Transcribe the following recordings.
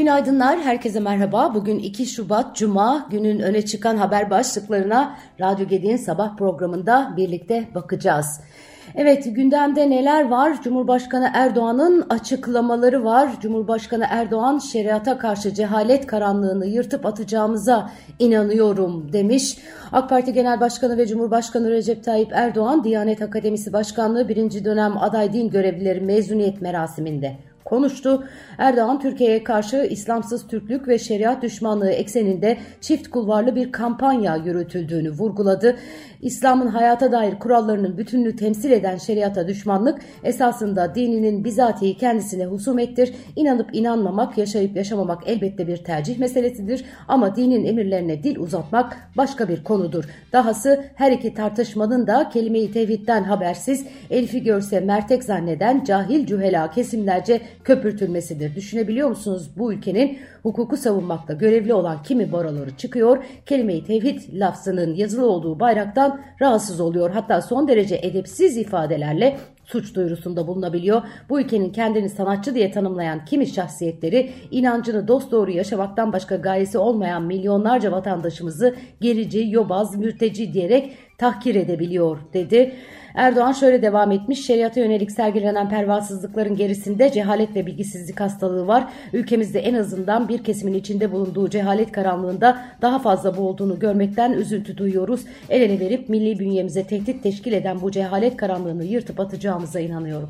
Günaydınlar, herkese merhaba. Bugün 2 Şubat Cuma, günün öne çıkan haber başlıklarına Radyo Gedi'nin sabah programında birlikte bakacağız. Evet, gündemde neler var? Cumhurbaşkanı Erdoğan'ın açıklamaları var. Cumhurbaşkanı Erdoğan, şeriata karşı cehalet karanlığını yırtıp atacağımıza inanıyorum demiş. AK Parti Genel Başkanı ve Cumhurbaşkanı Recep Tayyip Erdoğan, Diyanet Akademisi Başkanlığı 1. dönem aday din görevlileri mezuniyet merasiminde konuştu. Erdoğan, Türkiye'ye karşı İslamsız Türklük ve şeriat düşmanlığı ekseninde çift kulvarlı bir kampanya yürütüldüğünü vurguladı. İslam'ın hayata dair kurallarının bütünlüğü temsil eden şeriata düşmanlık esasında dininin bizatihi kendisine husumettir. İnanıp inanmamak, yaşayıp yaşamamak elbette bir tercih meselesidir ama dinin emirlerine dil uzatmak başka bir konudur. Dahası her iki tartışmanın da kelime-i tevhidden habersiz, Elif'i görse mertek zanneden cahil cühela kesimlerce köpürtülmesidir. Düşünebiliyor musunuz? Bu ülkenin hukuku savunmakta görevli olan kimi baroları çıkıyor, kelime-i tevhid lafzının yazılı olduğu bayraktan rahatsız oluyor. Hatta son derece edepsiz ifadelerle suç duyurusunda bulunabiliyor. Bu ülkenin kendini sanatçı diye tanımlayan kimi şahsiyetleri inancını dosdoğru yaşamaktan başka gayesi olmayan milyonlarca vatandaşımızı gerici, yobaz, mürteci diyerek tahkir edebiliyor dedi. Erdoğan şöyle devam etmiş: şeriata yönelik sergilenen pervasızlıkların gerisinde cehalet ve bilgisizlik hastalığı var. Ülkemizde en azından bir kesimin içinde bulunduğu cehalet karanlığında daha fazla boğulduğunu görmekten üzüntü duyuyoruz. El ele verip milli bünyemize tehdit teşkil eden bu cehalet karanlığını yırtıp atacağımıza inanıyorum.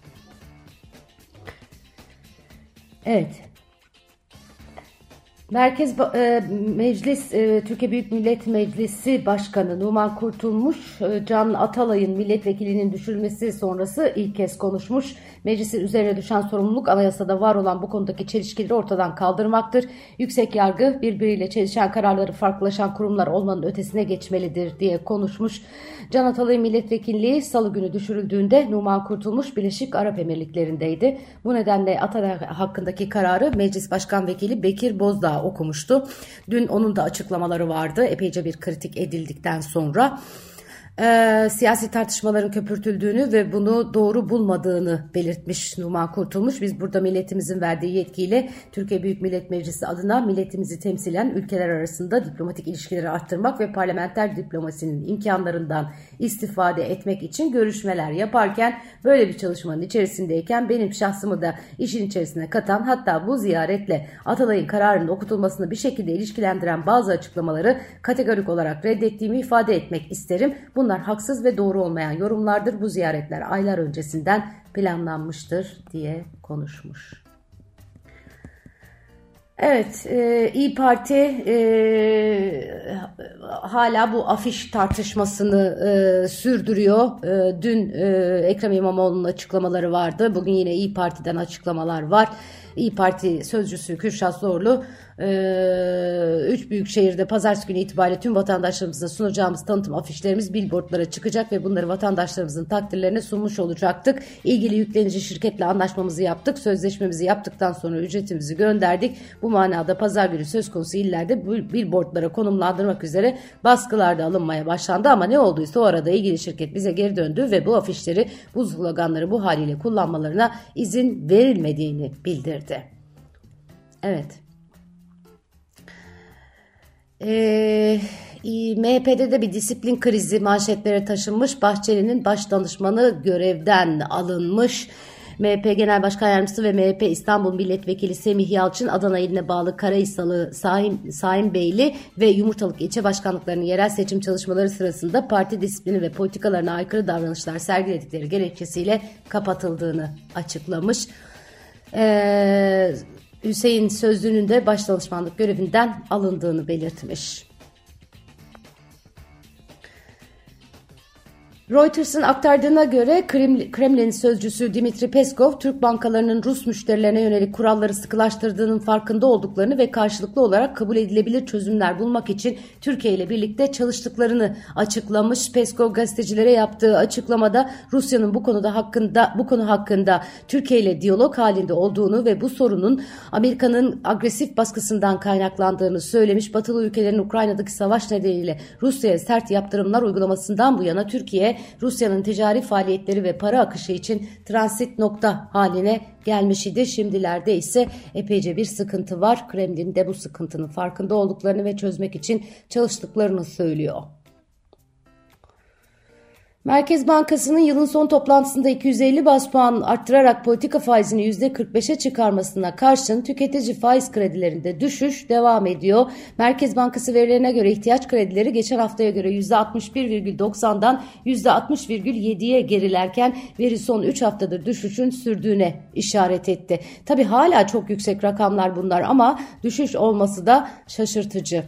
Evet. Meclis Türkiye Büyük Millet Meclisi Başkanı Numan Kurtulmuş, Can Atalay'ın milletvekilinin düşürülmesi sonrası ilk kez konuşmuş. Meclisin üzerine düşen sorumluluk anayasada var olan bu konudaki çelişkileri ortadan kaldırmaktır. Yüksek yargı birbiriyle çelişen kararları farklılaşan kurumlar olmanın ötesine geçmelidir diye konuşmuş. Can Atalay'ın milletvekilliği salı günü düşürüldüğünde Numan Kurtulmuş Birleşik Arap Emirlikleri'ndeydi. Bu nedenle Atalay hakkındaki kararı Meclis Başkan Vekili Bekir Bozdağ okumuştu. Dün onun da açıklamaları vardı. Epeyce bir kritik edildikten sonra siyasi tartışmaların köpürtüldüğünü ve bunu doğru bulmadığını belirtmiş Numan Kurtulmuş. Biz burada milletimizin verdiği yetkiyle Türkiye Büyük Millet Meclisi adına milletimizi temsilen ülkeler arasında diplomatik ilişkileri arttırmak ve parlamenter diplomasinin imkanlarından istifade etmek için görüşmeler yaparken, böyle bir çalışmanın içerisindeyken benim şahsımı da işin içerisine katan, hatta bu ziyaretle Atalay'ın kararının okutulmasını bir şekilde ilişkilendiren bazı açıklamaları kategorik olarak reddettiğimi ifade etmek isterim. Bunlar haksız ve doğru olmayan yorumlardır. Bu ziyaretler aylar öncesinden planlanmıştır diye konuşmuş. Evet, İYİ Parti hala bu afiş tartışmasını sürdürüyor. Dün Ekrem İmamoğlu'nun açıklamaları vardı. Bugün yine İYİ Parti'den açıklamalar var. İYİ Parti sözcüsü Kürşat Zorlu, 3 büyük şehirde pazartesi günü itibariyle tüm vatandaşlarımıza sunacağımız tanıtım afişlerimiz billboardlara çıkacak ve bunları vatandaşlarımızın takdirlerine sunmuş olacaktık. İlgili yüklenici şirketle anlaşmamızı yaptık. Sözleşmemizi yaptıktan sonra ücretimizi gönderdik. Bu manada pazar günü söz konusu illerde billboardlara konumlandırmak üzere baskılar da alınmaya başlandı ama ne olduysa o arada ilgili şirket bize geri döndü ve bu afişleri, bu sloganları bu haliyle kullanmalarına izin verilmediğini bildirdi. Evet. MHP'de de bir disiplin krizi manşetlere taşınmış. Bahçeli'nin baş danışmanı görevden alınmış. MHP Genel Başkan Yardımcısı ve MHP İstanbul Milletvekili Semih Yalçın, Adana iline bağlı Karahisarlı, Sahinbeyli ve Yumurtalık ilçe başkanlıklarının yerel seçim çalışmaları sırasında parti disiplini ve politikalarına aykırı davranışlar sergiledikleri gerekçesiyle kapatıldığını açıklamış. Hüseyin Sözlü'nün de başdanışmanlık görevinden alındığını belirtmiş. Reuters'ın aktardığına göre Kremlin sözcüsü Dmitri Peskov, Türk bankalarının Rus müşterilerine yönelik kuralları sıkılaştırdığının farkında olduklarını ve karşılıklı olarak kabul edilebilir çözümler bulmak için Türkiye ile birlikte çalıştıklarını açıklamış. Peskov gazetecilere yaptığı açıklamada Rusya'nın bu konu hakkında Türkiye ile diyalog halinde olduğunu ve bu sorunun Amerika'nın agresif baskısından kaynaklandığını söylemiş. Batılı ülkelerin Ukrayna'daki savaş nedeniyle Rusya'ya sert yaptırımlar uygulamasından bu yana Türkiye Rusya'nın ticari faaliyetleri ve para akışı için transit nokta haline gelmiş idi. Şimdilerde ise epeyce bir sıkıntı var. Kremlin de bu sıkıntının farkında olduklarını ve çözmek için çalıştıklarını söylüyor. Merkez Bankası'nın yılın son toplantısında 250 baz puan arttırarak politika faizini %45'e çıkarmasına karşın tüketici faiz kredilerinde düşüş devam ediyor. Merkez Bankası verilerine göre ihtiyaç kredileri geçen haftaya göre %61,90'dan %60,7'ye gerilerken veri son 3 haftadır düşüşün sürdüğüne işaret etti. Tabii hala çok yüksek rakamlar bunlar ama düşüş olması da şaşırtıcı.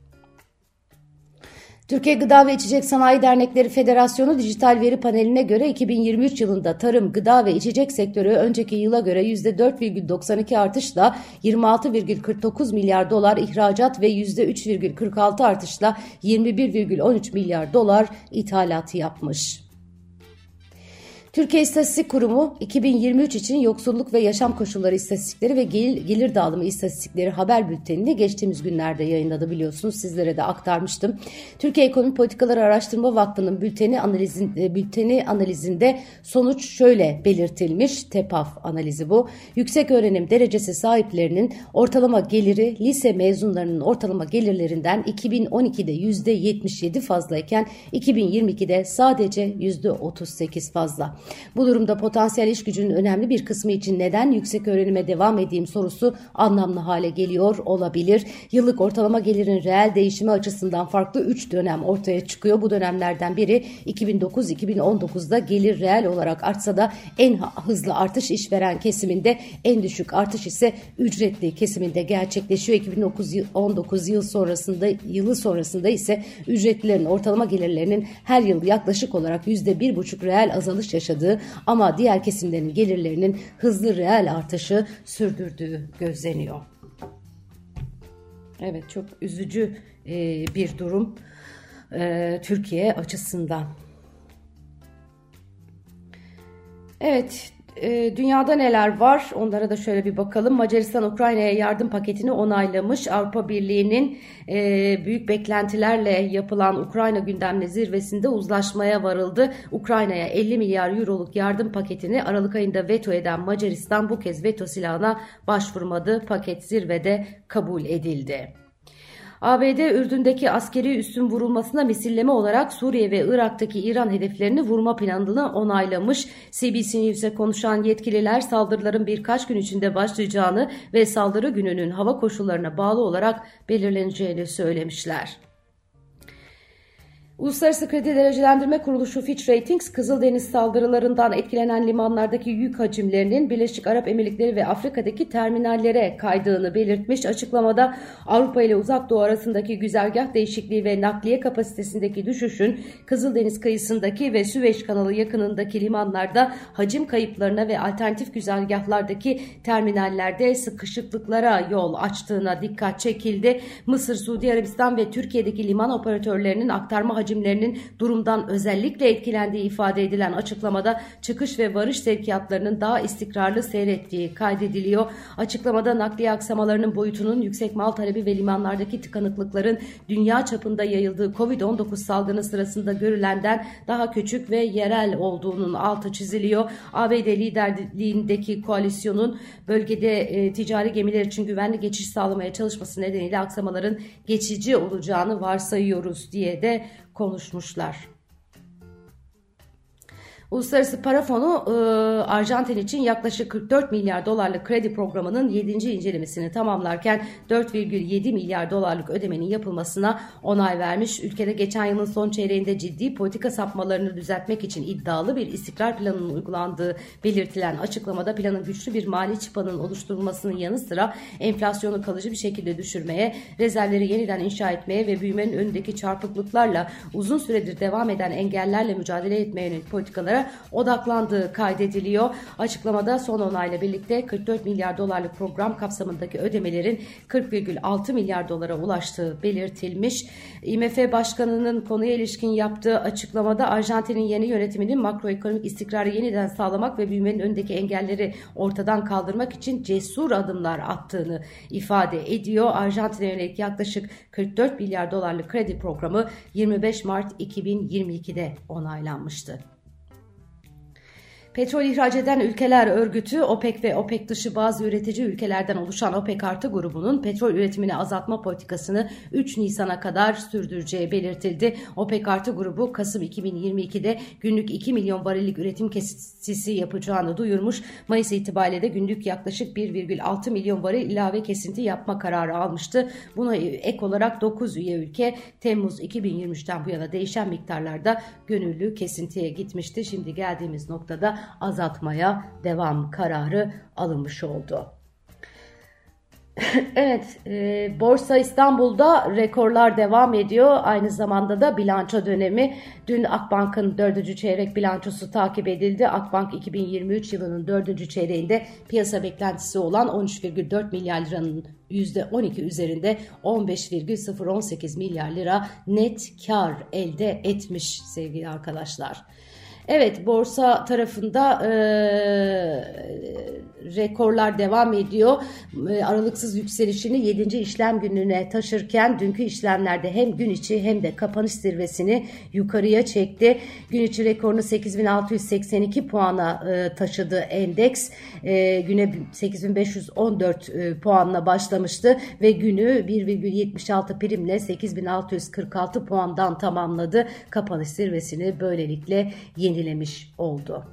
Türkiye Gıda ve İçecek Sanayi Dernekleri Federasyonu dijital veri paneline göre 2023 yılında tarım, gıda ve içecek sektörü önceki yıla göre %4,92 artışla 26,49 milyar dolar ihracat ve %3,46 artışla 21,13 milyar dolar ithalat yapmış. Türkiye İstatistik Kurumu 2023 için yoksulluk ve yaşam koşulları istatistikleri ve gelir dağılımı istatistikleri haber bültenini geçtiğimiz günlerde yayınladı, biliyorsunuz, sizlere de aktarmıştım. Türkiye Ekonomi Politikaları Araştırma Vakfı'nın bülteni analizinde sonuç şöyle belirtilmiş, TEPAF analizi bu. Yüksek öğrenim derecesi sahiplerinin ortalama geliri lise mezunlarının ortalama gelirlerinden 2012'de %77 fazlayken 2022'de sadece %38 fazla. Bu durumda potansiyel iş gücünün önemli bir kısmı için neden yüksek öğrenime devam edeyim sorusu anlamlı hale geliyor olabilir. Yıllık ortalama gelirin reel değişimi açısından farklı 3 dönem ortaya çıkıyor. Bu dönemlerden biri 2009-2019'da gelir reel olarak artsa da en hızlı artış işveren kesiminde, en düşük artış ise ücretli kesiminde gerçekleşiyor. 2019 yılı sonrasında ise ücretlilerin ortalama gelirlerinin her yıl yaklaşık olarak %1,5 reel azalış yaşadığı ama diğer kesimlerin gelirlerinin hızlı reel artışı sürdürdüğü gözleniyor. Evet, çok üzücü bir durum Türkiye açısından. Evet, dünyada neler var? Onlara da şöyle bir bakalım. Macaristan Ukrayna'ya yardım paketini onaylamış. Avrupa Birliği'nin büyük beklentilerle yapılan Ukrayna gündemli zirvesinde uzlaşmaya varıldı. Ukrayna'ya 50 milyar euroluk yardım paketini Aralık ayında veto eden Macaristan bu kez veto silahına başvurmadı. Paket zirvede kabul edildi. ABD, Ürdün'deki askeri üssün vurulmasına misilleme olarak Suriye ve Irak'taki İran hedeflerini vurma planını onaylamış. CBC News'e konuşan yetkililer saldırıların birkaç gün içinde başlayacağını ve saldırı gününün hava koşullarına bağlı olarak belirleneceğini söylemişler. Uluslararası Kredi Derecelendirme Kuruluşu Fitch Ratings, Kızıldeniz saldırılarından etkilenen limanlardaki yük hacimlerinin Birleşik Arap Emirlikleri ve Afrika'daki terminallere kaydığını belirtmiş. Açıklamada Avrupa ile Uzak Doğu arasındaki güzergah değişikliği ve nakliye kapasitesindeki düşüşün Kızıldeniz kıyısındaki ve Süveyş kanalı yakınındaki limanlarda hacim kayıplarına ve alternatif güzergahlardaki terminallerde sıkışıklıklara yol açtığına dikkat çekildi. Mısır, Suudi Arabistan ve Türkiye'deki liman operatörlerinin aktarma hacimlerinin durumdan özellikle etkilendiği ifade edilen açıklamada çıkış ve varış sevkiyatlarının daha istikrarlı seyrettiği kaydediliyor. Açıklamada nakliye aksamalarının boyutunun yüksek mal talebi ve limanlardaki tıkanıklıkların dünya çapında yayıldığı Covid-19 salgını sırasında görülenden daha küçük ve yerel olduğunun altı çiziliyor. ABD liderliğindeki koalisyonun bölgede ticari gemiler için güvenli geçiş sağlamaya çalışması nedeniyle aksamaların geçici olacağını varsayıyoruz diye de konuşmuşlar. Uluslararası Para Fonu Arjantin için yaklaşık 44 milyar dolarlık kredi programının 7. incelemesini tamamlarken 4,7 milyar dolarlık ödemenin yapılmasına onay vermiş. Ülkede geçen yılın son çeyreğinde ciddi politika sapmalarını düzeltmek için iddialı bir istikrar planının uygulandığı belirtilen açıklamada planın güçlü bir mali çıpanın oluşturulmasının yanı sıra enflasyonu kalıcı bir şekilde düşürmeye, rezervleri yeniden inşa etmeye ve büyümenin önündeki çarpıklıklarla uzun süredir devam eden engellerle mücadele etmeye yönelik politikalara yatırımlara odaklandığı kaydediliyor. Açıklamada son onayla birlikte 44 milyar dolarlık program kapsamındaki ödemelerin 40,6 milyar dolara ulaştığı belirtilmiş. IMF Başkanı'nın konuya ilişkin yaptığı açıklamada Arjantin'in yeni yönetiminin makroekonomik istikrarı yeniden sağlamak ve büyümenin önündeki engelleri ortadan kaldırmak için cesur adımlar attığını ifade ediyor. Arjantin'e yönelik yaklaşık 44 milyar dolarlık kredi programı 25 Mart 2022'de onaylanmıştı. Petrol ihraç eden ülkeler örgütü OPEC ve OPEC dışı bazı üretici ülkelerden oluşan OPEC artı grubunun petrol üretimini azaltma politikasını 3 Nisan'a kadar sürdüreceği belirtildi. OPEC artı grubu Kasım 2022'de günlük 2 milyon varillik üretim kesintisi yapacağını duyurmuş. Mayıs itibariyle de günlük yaklaşık 1,6 milyon varil ilave kesinti yapma kararı almıştı. Buna ek olarak 9 üye ülke Temmuz 2023'ten bu yana değişen miktarlarda gönüllü kesintiye gitmişti. Şimdi geldiğimiz noktada azaltmaya devam kararı alınmış oldu. Evet, Borsa İstanbul'da rekorlar devam ediyor. Aynı zamanda da bilanço dönemi. Dün Akbank'ın 4. çeyrek bilançosu takip edildi. Akbank 2023 yılının 4. çeyreğinde piyasa beklentisi olan 13,4 milyar liranın %12 üzerinde 15,018 milyar lira net kar elde etmiş sevgili arkadaşlar. Evet, borsa tarafında rekorlar devam ediyor. Aralıksız yükselişini 7. işlem gününe taşırken dünkü işlemlerde hem gün içi hem de kapanış zirvesini yukarıya çekti. Gün içi rekorunu 8.682 puana taşıdı endeks. Güne 8.514 puanla başlamıştı ve günü 1,76 primle 8.646 puandan tamamladı. Kapanış zirvesini böylelikle yenilemiş oldu.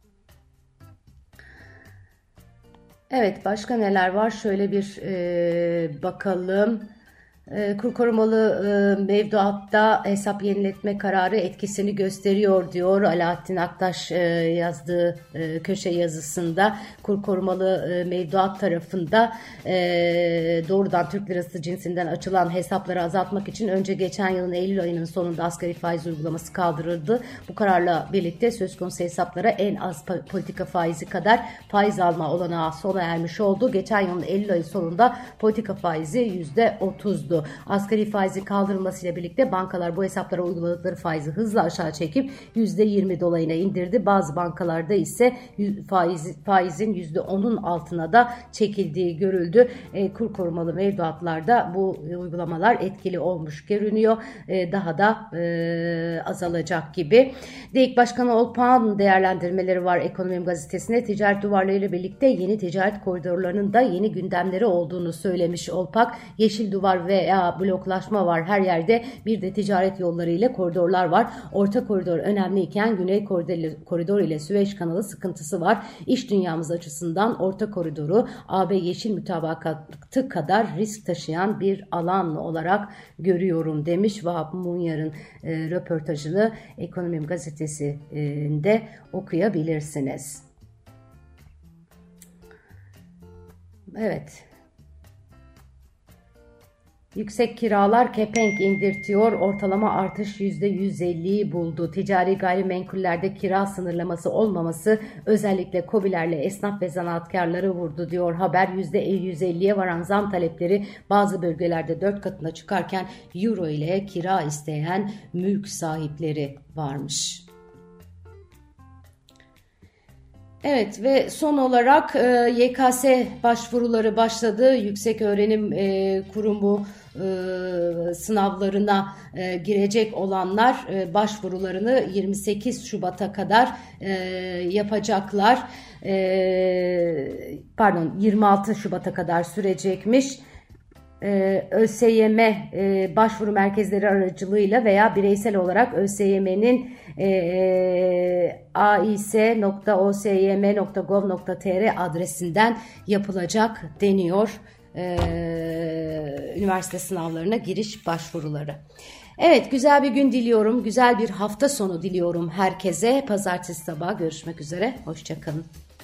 Evet, başka neler var? Şöyle bir bakalım. Kur korumalı mevduatta hesap yeniletme kararı etkisini gösteriyor diyor Alaaddin Aktaş yazdığı köşe yazısında. Kur korumalı mevduat tarafında doğrudan Türk lirası cinsinden açılan hesapları azaltmak için önce geçen yılın Eylül ayının sonunda asgari faiz uygulaması kaldırıldı. Bu kararla birlikte söz konusu hesaplara en az politika faizi kadar faiz alma olanağı sona ermiş oldu. Geçen yılın Eylül ayı sonunda politika faizi %30'du. Asgari faizin kaldırılmasıyla birlikte bankalar bu hesaplara uyguladıkları faizi hızla aşağı çekip %20 dolayına indirdi. Bazı bankalarda ise faizin %10'un altına da çekildiği görüldü. Kur korumalı mevduatlarda bu uygulamalar etkili olmuş görünüyor. Daha da azalacak gibi. DEİK Başkanı Olpağ'ın değerlendirmeleri var Ekonomim Gazetesi'nde. Ticaret duvarlarıyla birlikte yeni ticaret koridorlarının da yeni gündemleri olduğunu söylemiş Olpak. Yeşil duvar veya bloklaşma var her yerde. Bir de ticaret yolları ile koridorlar var. Orta koridor önemliyken Güney koridor ile Süveyş kanalı sıkıntısı var. İş dünyamız açısından orta koridoru AB yeşil mutabakatı kadar risk taşıyan bir alan olarak görüyorum demiş. Vahap Munyar'ın röportajını Ekonomim Gazetesi'nde okuyabilirsiniz. Evet. Yüksek kiralar kepenk indirtiyor. Ortalama artış %150'yi buldu. Ticari gayrimenkullerde kira sınırlaması olmaması özellikle KOBİ'lerle esnaf ve zanaatkarları vurdu diyor haber. %150'ye varan zam talepleri bazı bölgelerde 4 katına çıkarken euro ile kira isteyen mülk sahipleri varmış. Evet ve son olarak YKS başvuruları başladı. Yükseköğrenim Kurumu sınavlarına girecek olanlar başvurularını 28 Şubat'a kadar yapacaklar. 26 Şubat'a kadar sürecekmiş. ÖSYM başvuru merkezleri aracılığıyla veya bireysel olarak ÖSYM'nin ais.osym.gov.tr adresinden yapılacak deniyor üniversite sınavlarına giriş başvuruları. Evet, güzel bir gün diliyorum, güzel bir hafta sonu diliyorum herkese. Pazartesi sabahı görüşmek üzere, hoşça kalın.